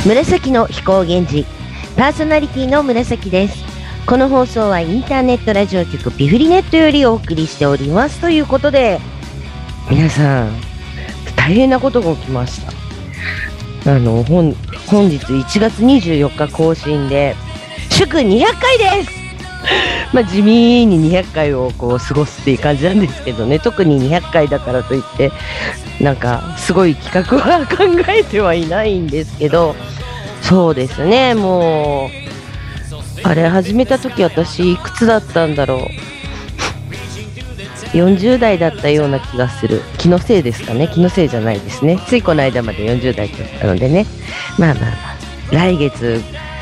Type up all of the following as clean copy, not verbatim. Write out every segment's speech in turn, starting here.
紫の飛行源氏、パーソナリティの紫です。この放送はインターネットラジオ局ピフリネットよりお送りしておりますということで、皆さん大変なことが起きました。本日1月24日更新で祝200回です。地味に200回を過ごすっていう感じなんですけどね、特に200回だからといってなんかすごい企画は考えてはいないんですけど、そうですね、もうあれ始めた時私いくつだったんだろう、40代だったような気がする。気のせいですかね。気のせいじゃないですね。ついこの間まで40代だったのでね、来月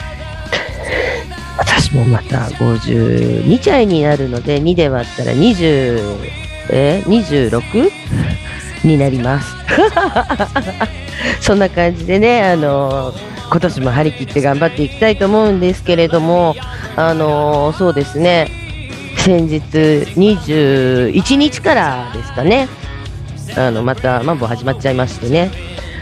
私もまた52歳になるので、2で割ったら26になりますそんな感じでね、今年も張り切って頑張っていきたいと思うんですけれども、そうですね、先日21日からですかね、またマンボウ始まっちゃいましてね、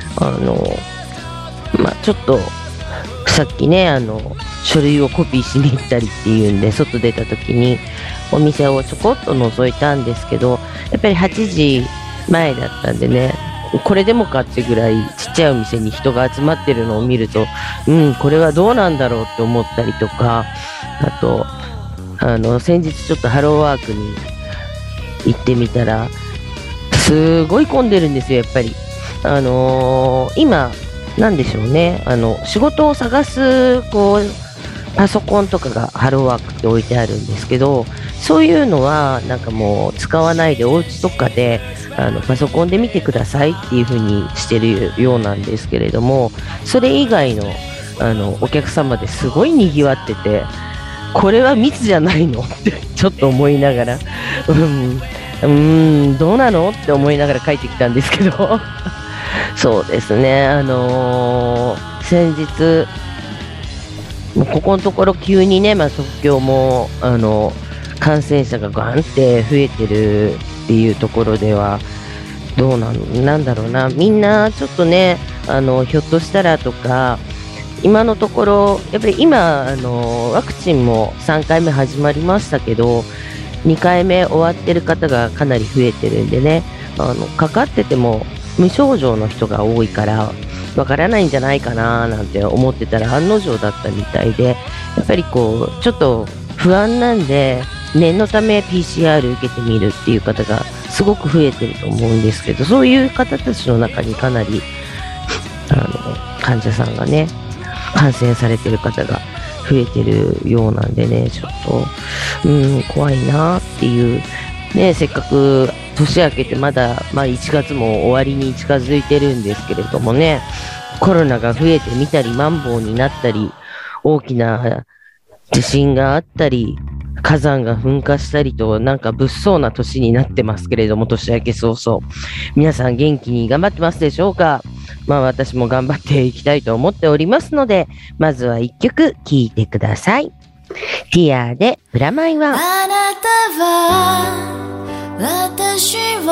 ちょっとさっきね、書類をコピーしに行ったりっていうんで外出た時にお店をちょこっと覗いたんですけど、やっぱり8時前だったんでね、これでもかってぐらいちっちゃいお店に人が集まってるのを見ると、これはどうなんだろうって思ったりとか、あと先日ちょっとハローワークに行ってみたらすごい混んでるんですよ。やっぱり今なんでしょうね、仕事を探すパソコンとかがハローワークって置いてあるんですけど、そういうのはなんかもう使わないでお家とかでパソコンで見てくださいっていう風にしてるようなんですけれども、それ以外のお客様ですごい賑わってて、これは密じゃないのってちょっと思いながらどうなのって思いながら帰ってきたんですけどそうですね、先日ここのところ急にね、東京も感染者がガンって増えてるっていうところではどうなんだろうな、みんなちょっとね、ひょっとしたらとか、今のところやっぱり今ワクチンも3回目始まりましたけど、2回目終わってる方がかなり増えてるんでね、かかってても無症状の人が多いからわからないんじゃないかななんて思ってたら案の定だったみたいで、やっぱりちょっと不安なんで念のため PCR 受けてみるっていう方がすごく増えてると思うんですけど、そういう方たちの中にかなり患者さんがね、感染されてる方が増えてるようなんでね、ちょっと怖いなっていうね。せっかく年明けてまだ、1月も終わりに近づいてるんですけれどもね、コロナが増えてみたり、マンボウになったり、大きな地震があったり、火山が噴火したりと、なんか物騒な年になってますけれども、年明け早々皆さん元気に頑張ってますでしょうか。私も頑張っていきたいと思っておりますので、まずは一曲聴いてください。ティアでプラマイワン。 あなたは私を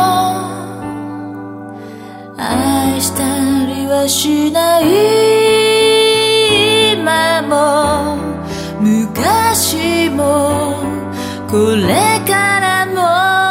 愛したりはしない、今も昔もこれからも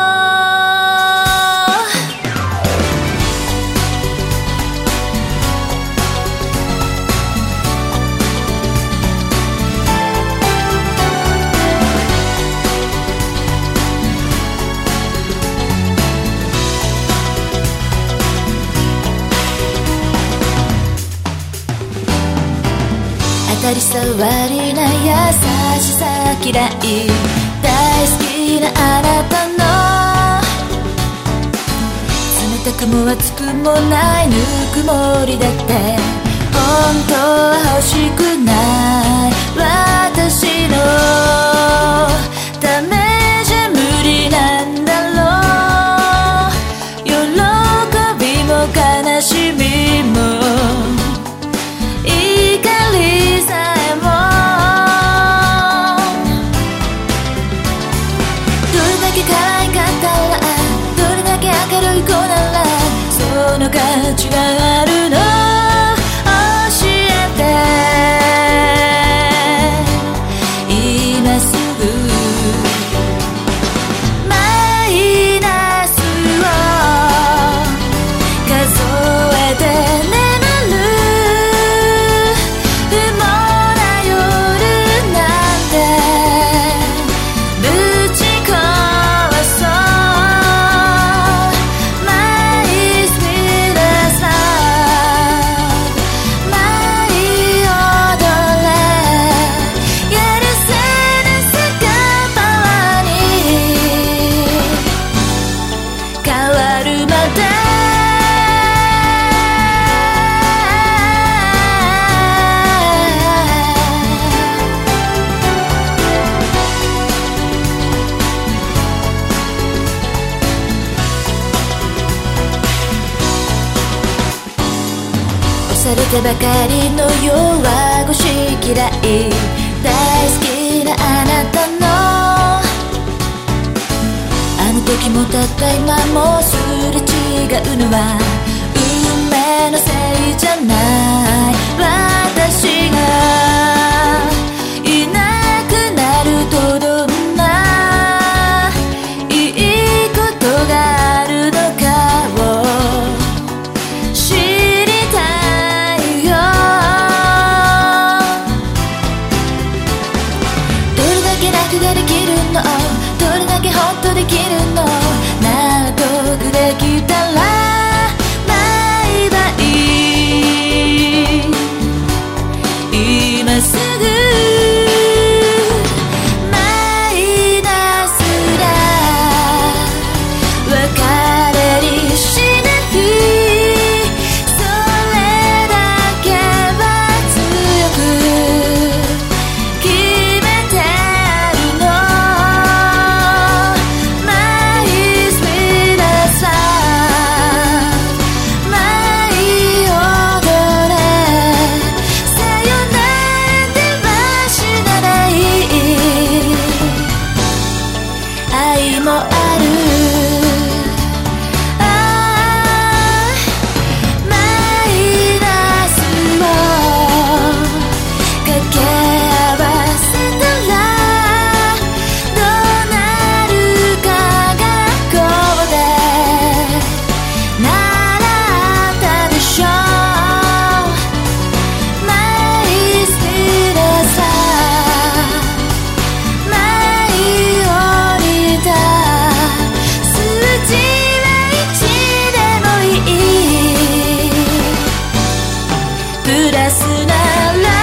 当たり障りな優しさ嫌い、大好きなあなたの冷たくも熱くもないぬくもりだって本当は欲しくない、私のためじゃ無理なんだろう、喜びも悲しみも価値があるの教えされてばかりの弱腰嫌い大好きなあなたのあの時もたった今もすれ違うのは運命のせいじゃない私がいなくなるとどんないいことがあるのかを知りたいよどれだけ楽ができるのどれだけホッとできるの納得できたらバイバイ今すぐマイナスだ別れにしないそれだけは強く決めてあるの My sweet love My 踊れさよならでは死なない愛もあるマイナスを掛け合わせたらどうなるか学校で習ったでしょ My sweet love My 降りた数字は1でもいいプラスなら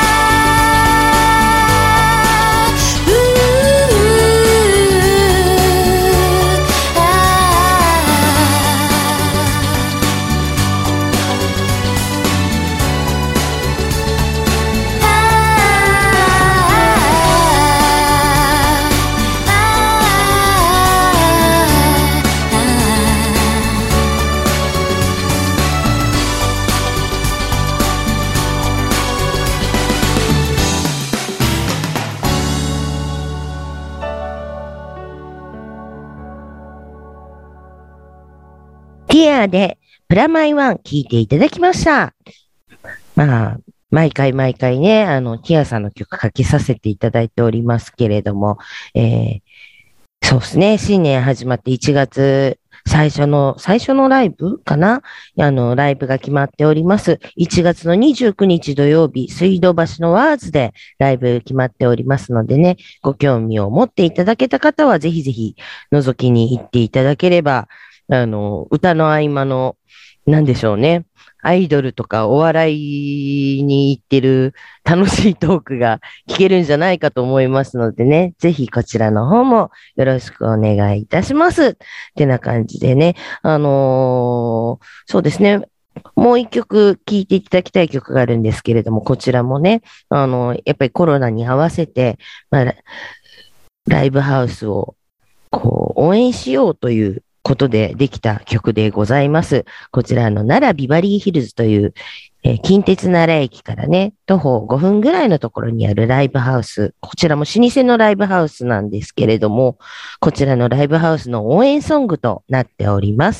ティアでプラマイワン聞いていただきました。まあ、毎回毎回ね、ティアさんの曲かけさせていただいておりますけれども、そうですね、新年始まって1月最初のライブかなライブが決まっております。1月の29日土曜日、水道橋のワーズでライブ決まっておりますのでね、ご興味を持っていただけた方はぜひぜひ覗きに行っていただければ、歌の合間の、なんでしょうね。アイドルとかお笑いに行ってる楽しいトークが聞けるんじゃないかと思いますのでね、ぜひこちらの方もよろしくお願いいたします。ってな感じでね、そうですね。もう一曲聴いていただきたい曲があるんですけれども、こちらもね、やっぱりコロナに合わせて、ライブハウスを応援しようということでできた曲でございます。こちら奈良ビバリーヒルズという、近鉄奈良駅からね、徒歩5分ぐらいのところにあるライブハウス。こちらも老舗のライブハウスなんですけれども、こちらのライブハウスの応援ソングとなっております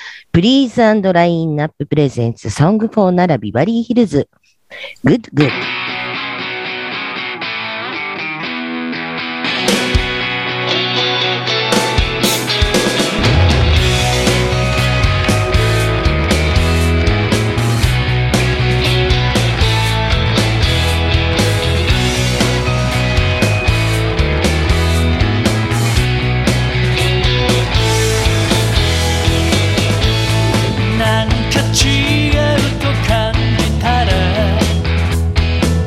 。Please& ラインナッププレゼンツソングフォー奈良ビバリーヒルズ。Good Good。 違うと感じたら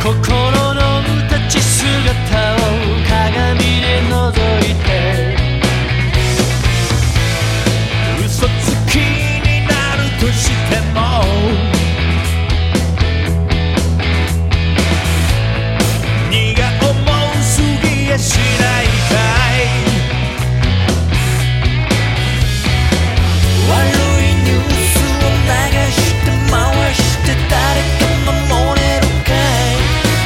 心の立ち姿を鏡で覗いて嘘つきになるとしても荷が重すぎやしないかい悪いニュースを流して回して誰か守れるかい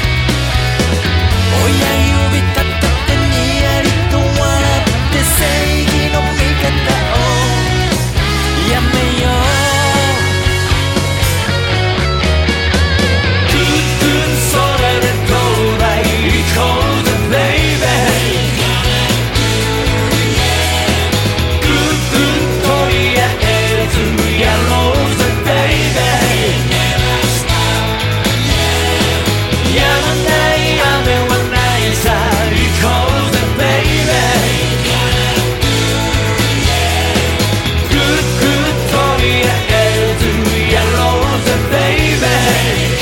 親指立ててにやりと笑って正義の味方をやめようそれでどうだい行こうぜベイベーとりあえずやろうぜベイベーやまない雨はないさ行こうぜベイベーとりあえずやろうぜベイベー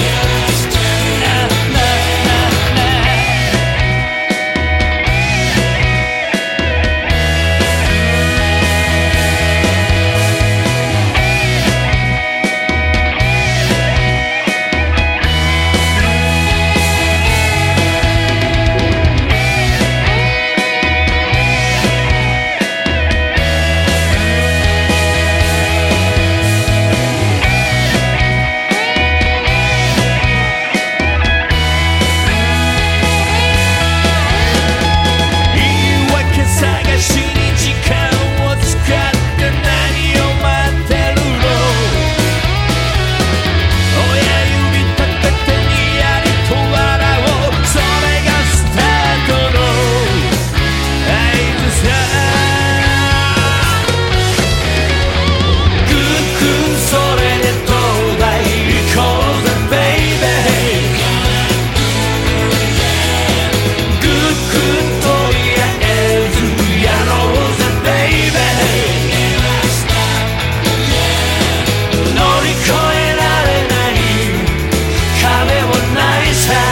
乗り越えられない壁もないさ